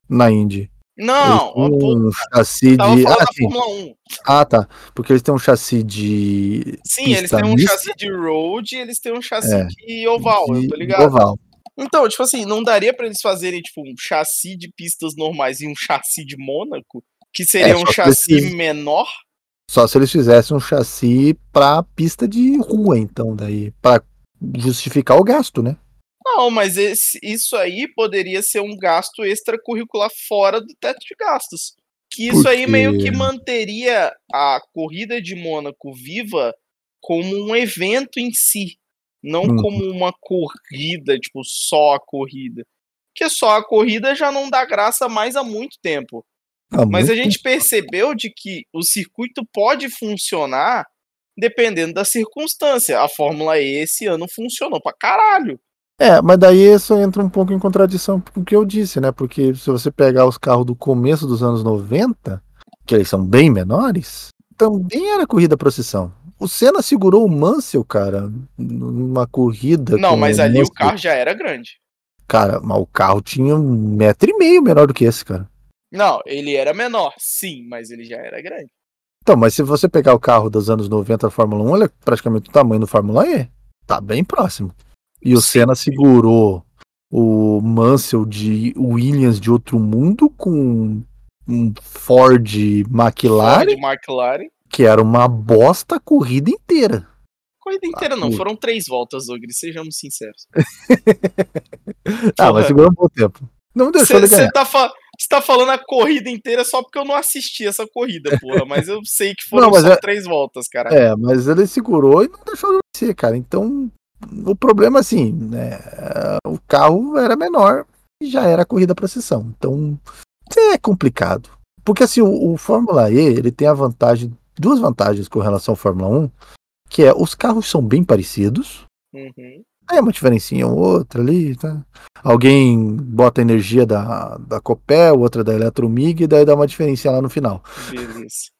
na Indy. Não, Eles têm pô, um chassi tava de. falando Ah, da sim. Fórmula um. Ah, tá. Porque eles têm um chassi de Sim, eles pista têm um mista, chassi de road e eles têm um chassi é, de oval, eu de, tô de ligado. oval. Então, tipo assim, não daria pra eles fazerem, tipo, um chassi de pistas normais e um chassi de Mônaco? Que É, seria um só se eles chassi fiz- menor? só se eles fizessem um chassi pra pista de rua, então, daí, pra justificar o gasto, né? Não, mas esse- isso aí poderia ser um gasto extracurricular fora do teto de gastos. Que isso aí meio que Porque. manteria a corrida de Mônaco viva como um evento em si, não Hum, como uma corrida, tipo, só a corrida. Porque só a corrida já não dá graça mais há muito tempo. há Mas a muito tempo. gente percebeu de que o circuito pode funcionar dependendo da circunstância. A Fórmula E esse ano funcionou pra caralho. É, mas daí isso entra um pouco em contradição com o que eu disse, né? Porque se você pegar os carros do começo dos anos noventa, que eles são bem menores, também era corrida procissão. O Senna segurou o Mansell, cara, numa corrida Não, com o mas ali o Mansell. carro já era grande. Cara, mas o carro tinha um metro e meio menor do que esse, cara. Não, ele era menor, sim, mas ele já era grande. Então, mas se você pegar o carro dos anos noventa da Fórmula um, ele é praticamente o tamanho do Fórmula E. Tá bem próximo. E o Sim. Senna segurou o Mansell de Williams de outro mundo com um Ford McLaren, Ford, McLaren. que era uma bosta a corrida inteira. Corrida inteira não, Ah, foram três voltas, Ogre, sejamos sinceros. ah, mas Porra, segurou um bom tempo. Não deixou ele você ganhar. tá, fa tá falando a corrida inteira só porque eu não assisti essa corrida, porra, mas eu sei que Não, foram mas só é, três voltas, cara. é, mas ele segurou e não deixou ele vencer, cara. Então, o problema, assim, né? O carro era menor e já era corrida procissão. Então, é complicado. Porque, assim, o, o Fórmula E, ele tem a vantagem, duas vantagens com relação ao Fórmula um, que é, os carros são bem parecidos. Uhum. É uma diferencinha ou outra ali, tá? Alguém bota a energia da, da Copel, outra da Eletromig, e daí dá uma diferença lá no final. Beleza.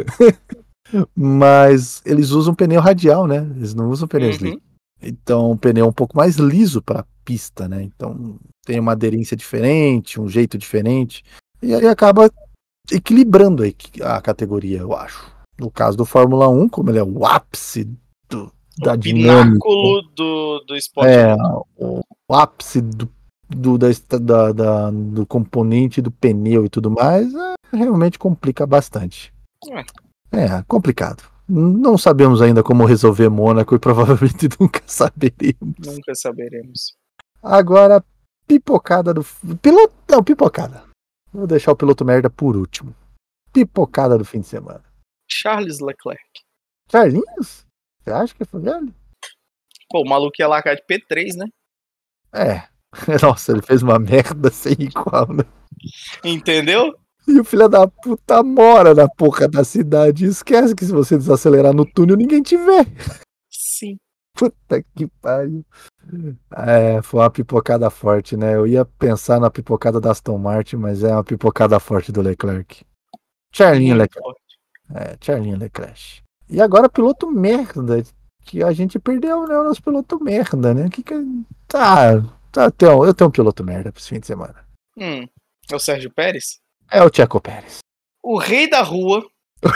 Mas eles usam pneu radial, né? Eles não usam pneu slick. Uhum. Então o pneu é um pouco mais liso para pista, né? Então tem uma aderência diferente, um jeito diferente. E aí acaba equilibrando a, a categoria, eu acho. No caso do Fórmula um, como ele é o ápice do, O da dinâmica, pináculo do, do esporte. é o, o ápice do, do, da, da, da, do componente do pneu e tudo mais, é, realmente complica bastante. É, complicado. Não sabemos ainda como resolver Mônaco e provavelmente nunca saberemos. Nunca saberemos. Agora, pipocada do. Piloto. Não, pipocada. Vou deixar o piloto merda por último. Pipocada do fim de semana. Charles Leclerc. Carlinhos? Você acha que foi ele? Pô, o maluco ia largar de P três, né? É. Nossa, ele fez uma merda sem igual, né? Entendeu? E o filho da puta mora na porra da cidade. Esquece que se você desacelerar no túnel, ninguém te vê. Sim. Puta que pariu. É, foi uma pipocada forte, né? Eu ia pensar na pipocada da Aston Martin, mas é uma pipocada forte do Leclerc. Charlinho Muito Leclerc. forte. É, Charlinho Leclerc. E agora piloto merda, que a gente perdeu, né? O nosso piloto merda, né? Que que... Tá, tá eu, tenho, eu tenho um piloto merda pra esse fim de semana. Hum. É o Sérgio Pérez? É o Checo Pérez. O rei da rua.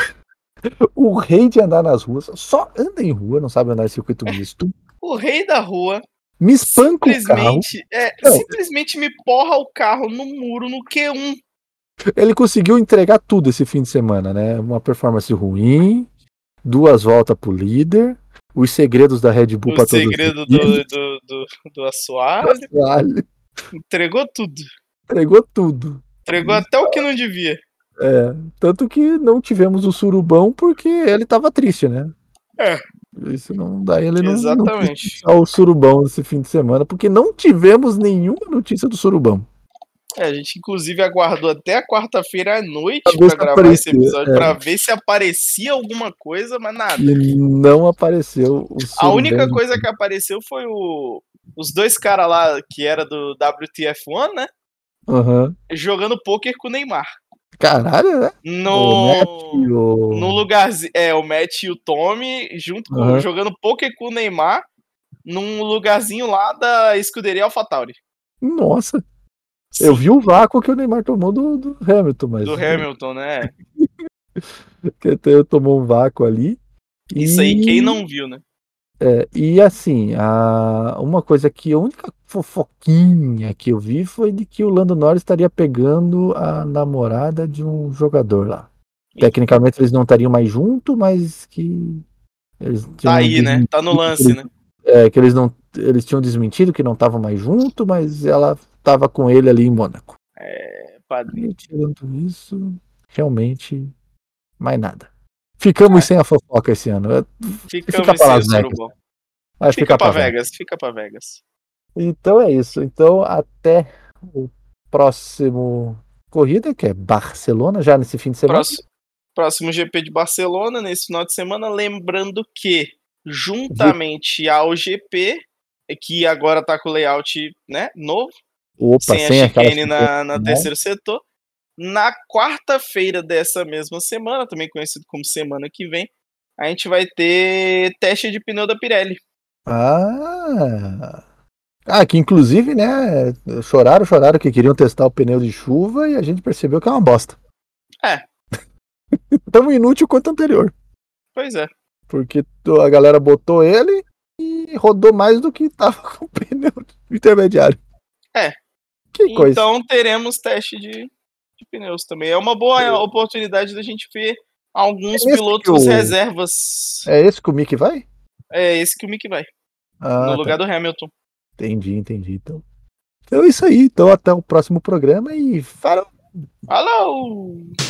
O rei de andar nas ruas, só anda em rua, não sabe andar em circuito misto. O rei da rua. Me espanca o carro. Simplesmente, é, Não. simplesmente me porra o carro no muro, no Q um. Ele conseguiu entregar tudo esse fim de semana, né? Uma performance ruim, duas voltas pro líder, os segredos da Red Bull O para todos os segredo do, do, do, do assoalho. Vale. Entregou tudo. Entregou tudo. Entregou até o que não devia. É, tanto que não tivemos o surubão porque ele tava triste, né? É. Isso não dá, ele não, não quis Exatamente. puxar o surubão esse fim de semana, porque não tivemos nenhuma notícia do surubão. É, a gente inclusive aguardou até a quarta-feira à noite Pra ver pra se gravar aparecia, esse episódio, é. pra ver se aparecia alguma coisa, mas nada. E não apareceu o surubão. A única coisa que apareceu foi o, os dois caras lá que era do W T F um, né? Uhum. Jogando poker com o Neymar. Caralho, né? No, O Matt e o... no lugarzinho. É, o Matt e o Tommy junto com, Uhum. jogando poker com o Neymar num lugarzinho lá da escuderia AlphaTauri. Nossa. Eu vi o vácuo que o Neymar tomou do, do Hamilton, mas. Do Hamilton, né? Que até tomou um vácuo ali. Isso e... aí, quem não viu, né? É, e assim, a... uma coisa que a única fofoquinha que eu vi foi de que o Lando Norris estaria pegando a namorada de um jogador lá. Ih. Tecnicamente eles não estariam mais juntos, mas que eles Tá tinham aí, né? Tá no desmentido que lance, eles, né? é, que eles não eles tinham desmentido que não estavam mais juntos, mas ela estava com ele ali em Mônaco. É, padrinho. E tirando isso, realmente mais nada. Ficamos É. sem a fofoca esse ano. Fica Ficamos para sem o Las Vegas. surubom. Vai Fica ficar pra para Vegas. Vegas, fica pra Vegas. Então é isso. Então até o próximo corrida, que é Barcelona, já nesse fim de semana. Próximo, próximo G P de Barcelona, nesse final de semana. Lembrando que, juntamente ao G P, que agora tá com o layout, né, novo, Opa, sem a sem aquela chicane na, na né? terceiro setor. Na quarta-feira dessa mesma semana, também conhecido como semana que vem, a gente vai ter teste de pneu da Pirelli. Ah, ah, que inclusive, né, choraram, choraram que queriam testar o pneu de chuva e a gente percebeu que é uma bosta. É. Tão inútil quanto o anterior. Pois é. Porque a galera botou ele e rodou mais do que tava com o pneu intermediário. É. Que coisa. Então teremos teste de, de pneus também. É uma boa é. oportunidade da gente ver alguns é pilotos o... reservas. É esse que o Mick vai? É esse que o Mick vai. Ah, no lugar tá. do Hamilton. Entendi, entendi. Então, então é isso aí. Então até o próximo programa e falou! Falou!